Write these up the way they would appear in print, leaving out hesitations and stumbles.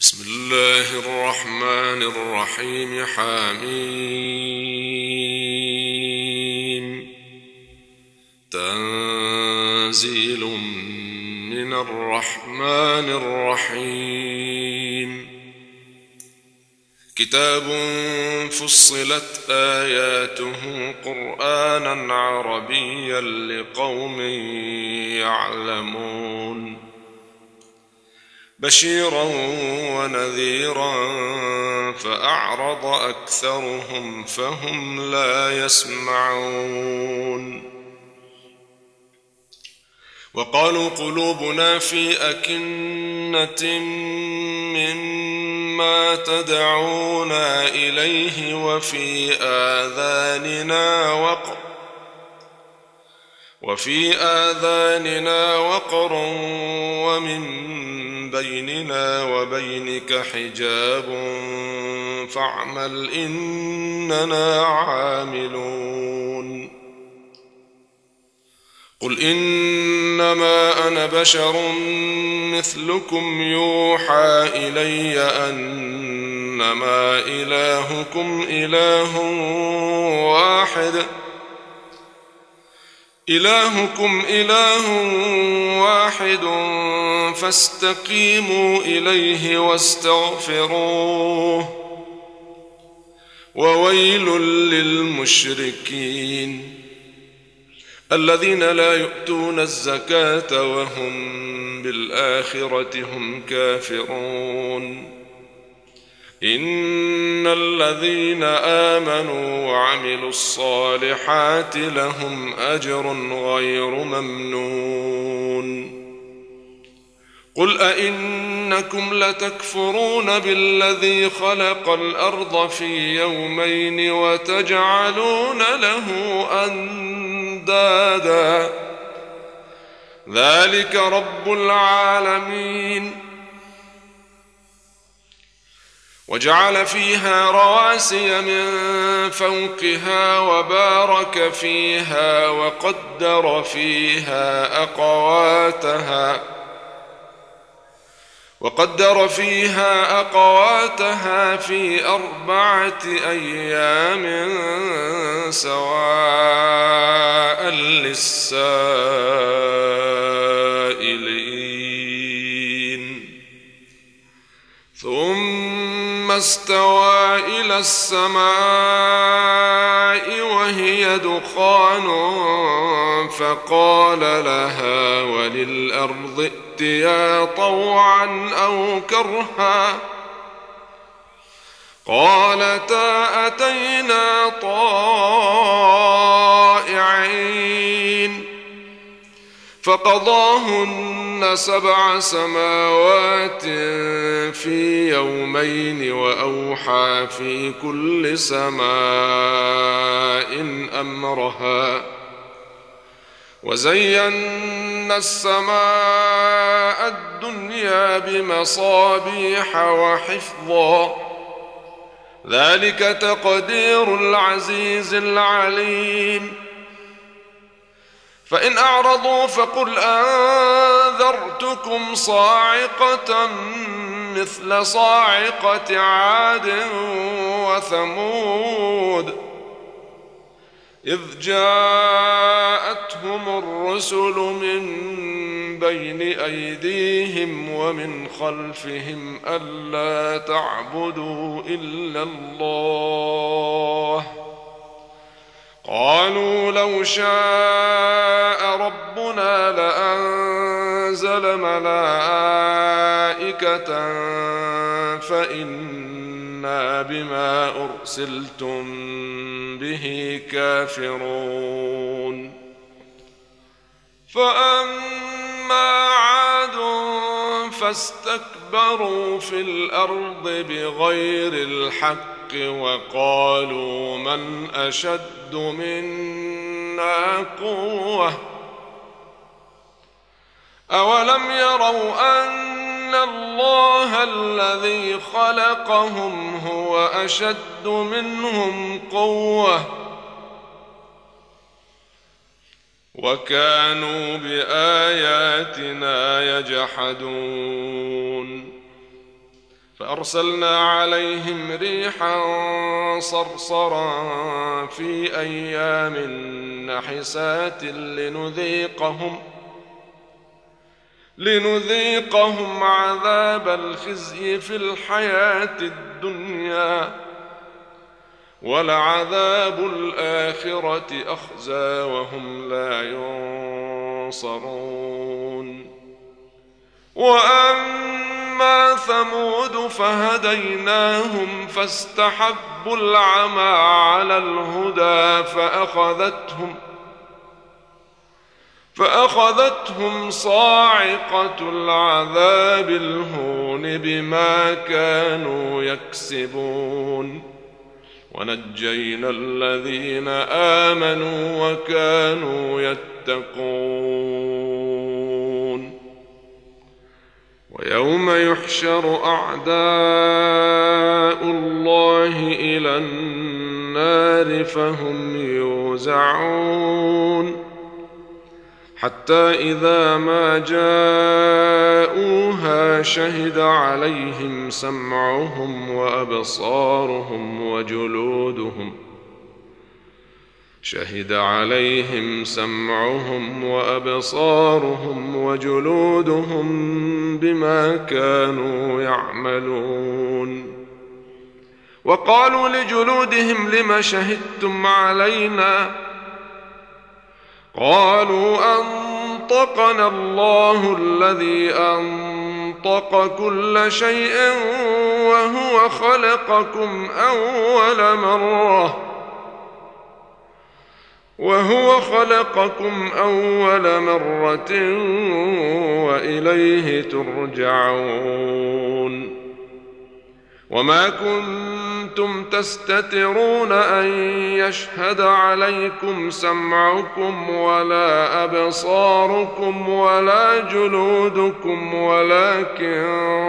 بسم الله الرحمن الرحيم. حميم. تنزيل من الرحمن الرحيم. كتاب فصلت آياته قرآنا عربيا لقوم يعلمون بشيرا ونذيرا فأعرض أكثرهم فهم لا يسمعون. وقالوا قلوبنا في أكنة مما تدعونا إليه وفي آذاننا وقر ومن بيننا وبينك حجاب فاعمل إننا عاملون. قل إنما أنا بشر مثلكم يوحى إلي أنما إلهكم إله واحد فاستقيموا إليه واستغفروه وويل للمشركين الذين لا يؤتون الزكاة وهم بالآخرة هم كافرون. إن الذين آمنوا وعملوا الصالحات لهم أجر غير ممنون. قل أئنكم لتكفرون بالذي خلق الأرض في يومين وتجعلون له أندادا ذلك رب العالمين. وجعل فيها رواسي من فوقها وبارك فيها وقدر فيها أقواتها في 4 أيام سواء للسائلين. ثم استوى إلى السماء وهي دخان فقال لها وللأرض ائتيا طوعا أو كرها قالتا أتينا طائعين. فقضاهن 7 سماوات في يومين وأوحى في كل سماء أمرها وزينا السماء الدنيا بمصابيح وحفظا ذلك تقدير العزيز العليم. فإن أعرضوا فقل أنذرتكم صاعقة مثل صاعقة عاد وثمود إذ جاءتهم الرسل من بين أيديهم ومن خلفهم ألا تعبدوا إلا الله قالوا لو شاء ربنا لأنزل ملائكة فإنا بما أرسلتم به كافرون. فأما عاد فاستكبروا في الأرض بغير الحق وقالوا من أشد منا قوة أولم يروا أن الله الذي خلقهم هو أشد منهم قوة وكانوا بآياتنا يجحدون فأرسلنا عليهم ريحا صرصرا في أيام نحسات لنذيقهم عذاب الخزي في الحياة الدنيا، ولعذاب الآخرة أخزى وهم لا ينصرون. وأما ثمود فهديناهم فاستحبوا العمى على الهدى فأخذتهم صاعقة العذاب الهون بما كانوا يكسبون، ونجينا الذين آمنوا وكانوا يتقون. ويوم يحشر أعداء الله إلى النار فهم يوزعون، حتى إذا ما جاءوها شهد عليهم سمعهم وأبصارهم وجلودهم بما كانوا يعملون. وقالوا لجلودهم لم شهدتم علينا؟ قالوا أنطقنا الله الذي أنطق كل شيء وهو خلقكم أول مرة وإليه ترجعون. وما كنتم تستترون أن يشهد عليكم سمعكم ولا أبصاركم ولا جلودكم ولكن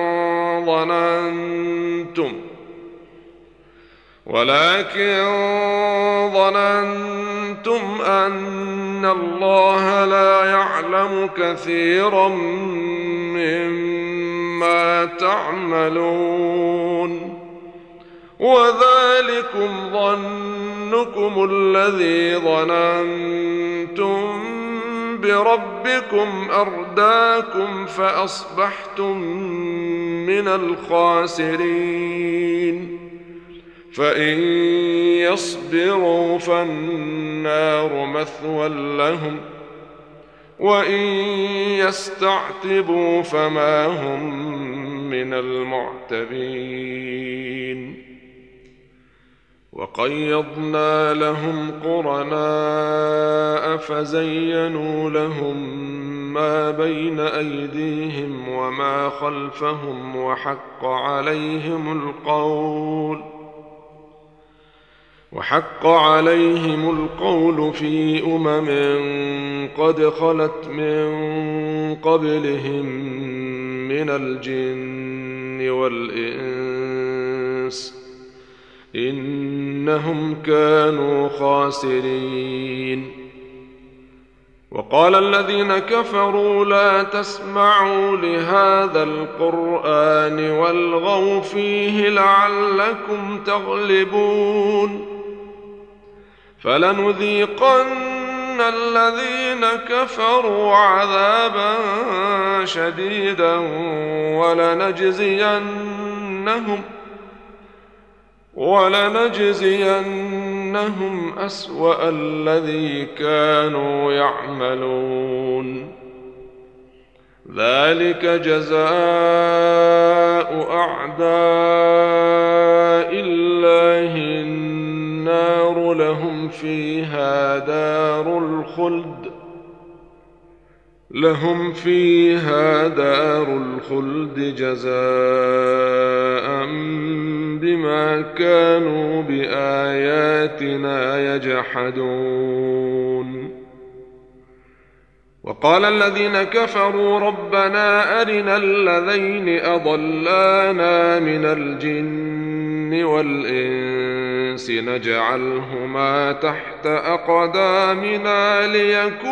ظننتم أن الله لا يعلم كثيرا مما تعملون. وذلكم ظنكم الذي ظننتم بربكم أرداكم فأصبحتم من الخاسرين. فإن يصبروا فالنار مثوى لهم وإن يستعتبوا فما هم من المعتبين. وقيضنا لهم قرناء فزينوا لهم ما بين أيديهم وما خلفهم وحق عليهم القول في قد خلت من قبلهم من الجن والإنس إنهم كانوا خاسرين. وقال الذين كفروا لا تسمعوا لهذا القرآن والغوا فيه لعلكم تغلبون. فلنذيقن الذين كفروا عذابا شديدا ولنجزينهم أسوأ الذي كانوا يعملون. ذلك جزاء أعداء الله النار لهم فيها دار الخلد جزاء بما كانوا بآياتنا يجحدون. وقال الذين كفروا ربنا أرنا الذين أضلانا من الجن والإنس نجعلهما تحت أقدامنا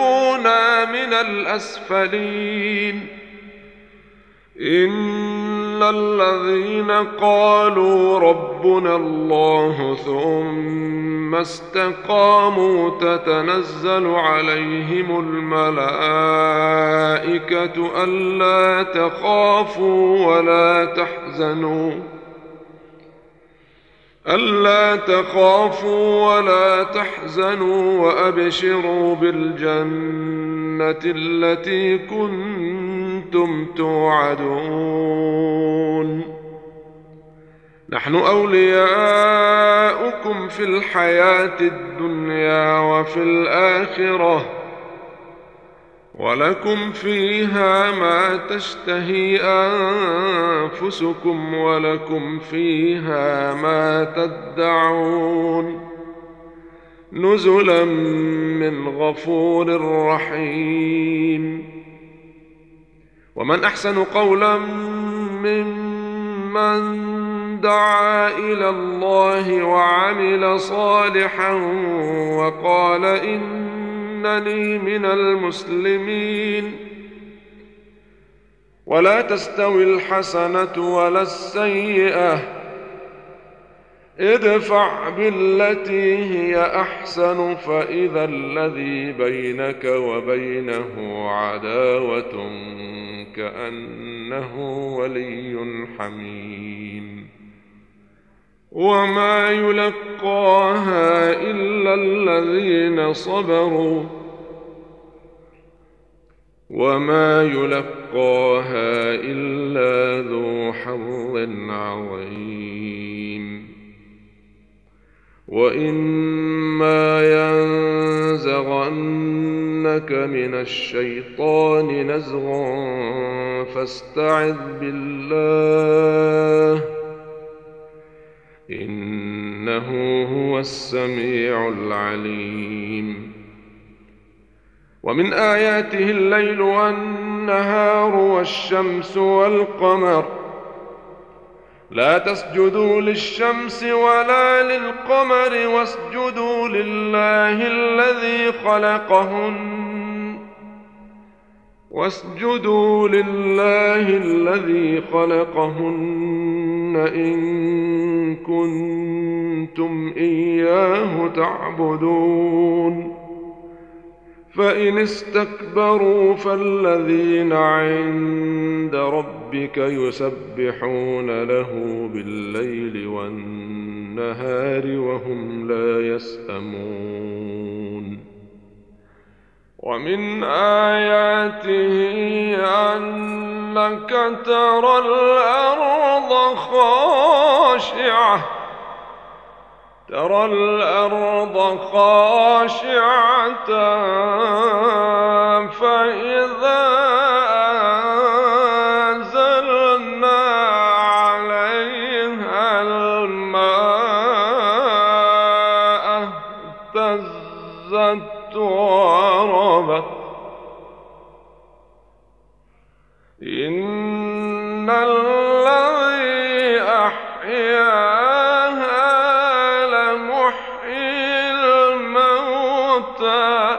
ليكونا من الأسفلين. الذين قالوا ربنا الله ثم استقاموا تتنزل عليهم الملائكة ألا تخافوا ولا تحزنوا وأبشروا بالجنة التي كنتم توعدون نحن أولياؤكم في الحياة الدنيا وفي الآخرة ولكم فيها ما تشتهي أنفسكم ولكم فيها ما تدعون نزلا من غفور رحيم ومن أحسن قولا ممن دعا إلى الله وعمل صالحا وقال إنني من المسلمين ولا تستوي الحسنة ولا السيئة ادفع بالتي هي أحسن فإذا الذي بينك وبينه عداوة كأنه ولي حميم وما يلقاها إلا الذين صبروا وما يلقاها إلا ذو حظ عظيم وإما ينزغنك من الشيطان نزغ فاستعذ بالله إنه هو السميع العليم ومن آياته الليل والنهار والشمس والقمر لا تسجدوا للشمس ولا للقمر واسجدوا لله الذي خلقهن إن كنتم إياه تعبدون فإن استكبروا فالذين عند ربك يسبحون له بالليل والنهار وهم لا يسأمون ومن آياته أنك ترى الأرض خاشعة فإذا أنزلنا عليها الماء اهتزت وربت إن الذي أحياها لمحيي الموتى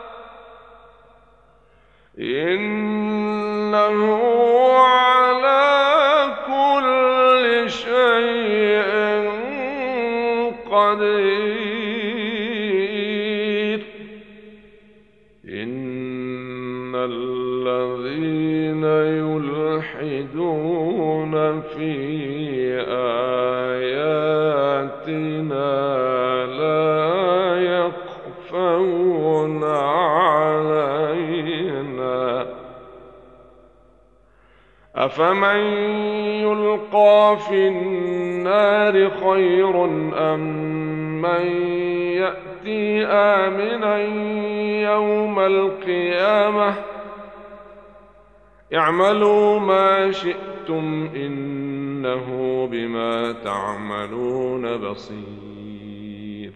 إنه على كل شيء قدير إن الذين يلحدون في آياتنا لا يخفون علينا أفمن يلقى في النار خير أم من يأتي آمنا يوم القيامة اعملوا ما شئتم إنه بما تعملون بصير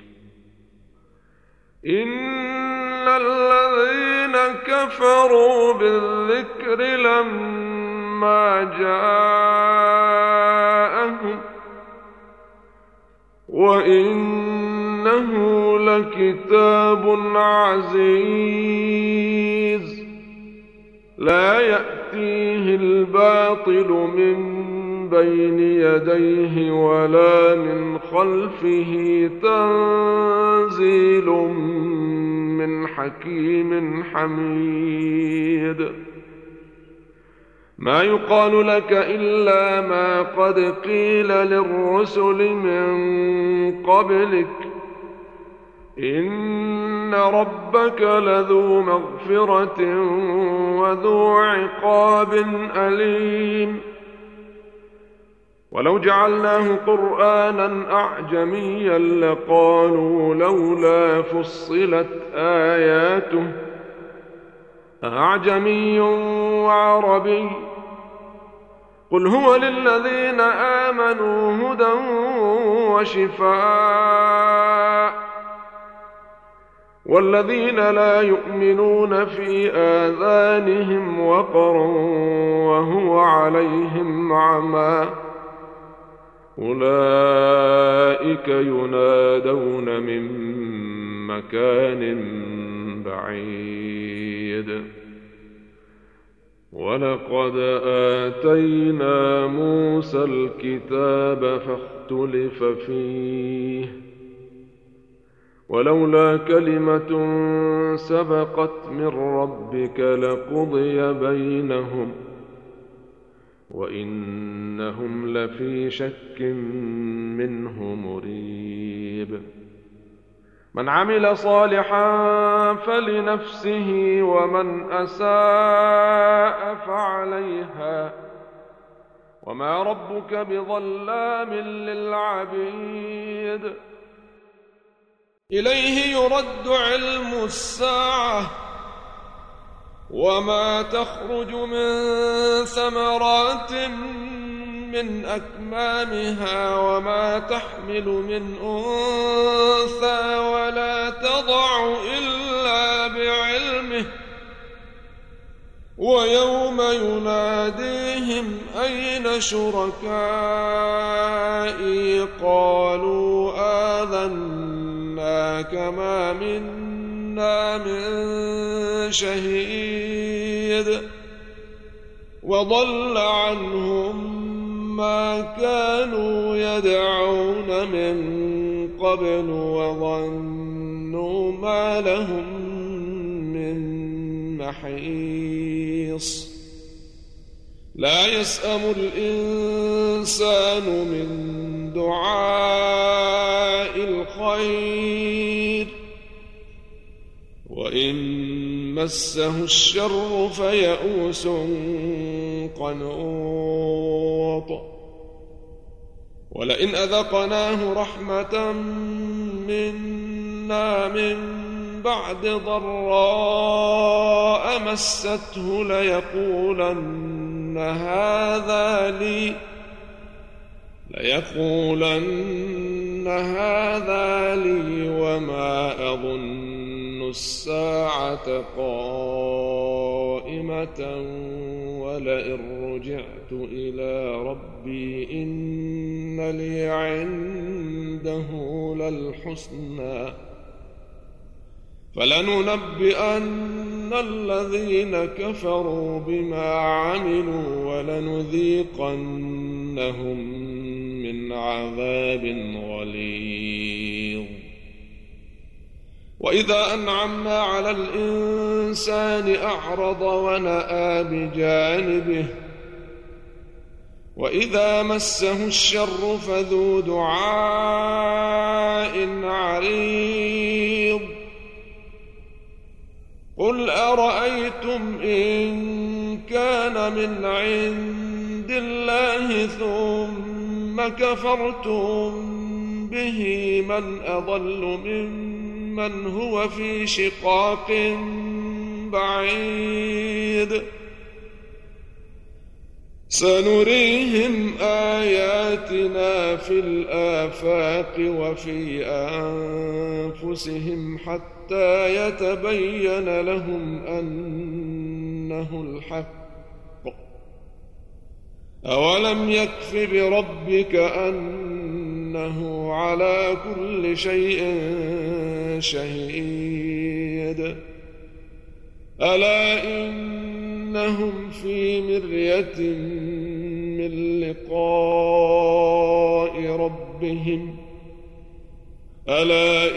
إن الذين كفروا بالذكر لما جاءهم وإنه لكتاب عزيز لا يأتيه الباطل من بين يديه ولا من خلفه تنزيل من حكيم حميد ما يقال لك إلا ما قد قيل للرسل من قبلك إن ربك لذو مغفرة وذو عقاب أليم ولو جعلناه قرآنا أعجميا لقالوا لولا فصلت آياته أعجمي وعربي قل هو للذين آمنوا هدى وشفاء والذين لا يؤمنون في آذانهم وقر وهو عليهم عمى أولئك ينادون من مكان بعيد ولقد آتينا موسى الكتاب فاختلف فيه ولولا كلمة سبقت من ربك لقضي بينهم وإنهم لفي شك منه مريب من عمل صالحا فلنفسه ومن أساء فعليها وما ربك بظلام للعبيد إليه يرد علم الساعة وما تخرج من ثمرات من أكمامها وما تحمل من أنثى ولا تضع إلا بعلمه ويوم يناديهم أين شركائي قالوا آذناك ما منا من شهيد وضل عنهم ما كانوا يدعون من قبل وظنوا ما لهم من محيص لا يسأم الإنسان من دعاء الخير وإن مسه الشر فيئوس قنوط ولئن أذقناه رحمة منا من بعد ضراء مسته ليقولن هذا لي وما أظن الساعة قائمة ولئن رجعت إلى ربي إن لي عنده للحسنى فلننبئن الذين كفروا بما عملوا ولنذيقنهم من عذاب غليظ وإذا أنعمنا على الإنسان أعرض ونأى بجانبه وإذا مسه الشر فذو دعاء عريض قل أرأيتم إن كان من عند الله ثم كفرتم به من أضل ممن هو في شقاق بعيد سنريهم آياتنا في الآفاق وفي أنفسهم حتى يتبين لهم أنه الحق أولم يكف بربك أنه على كل شيء شهيد ألا إنهم في مرية من لقاء ربهم ألا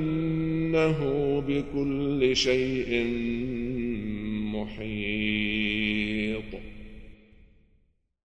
إنه بكل شيء محيط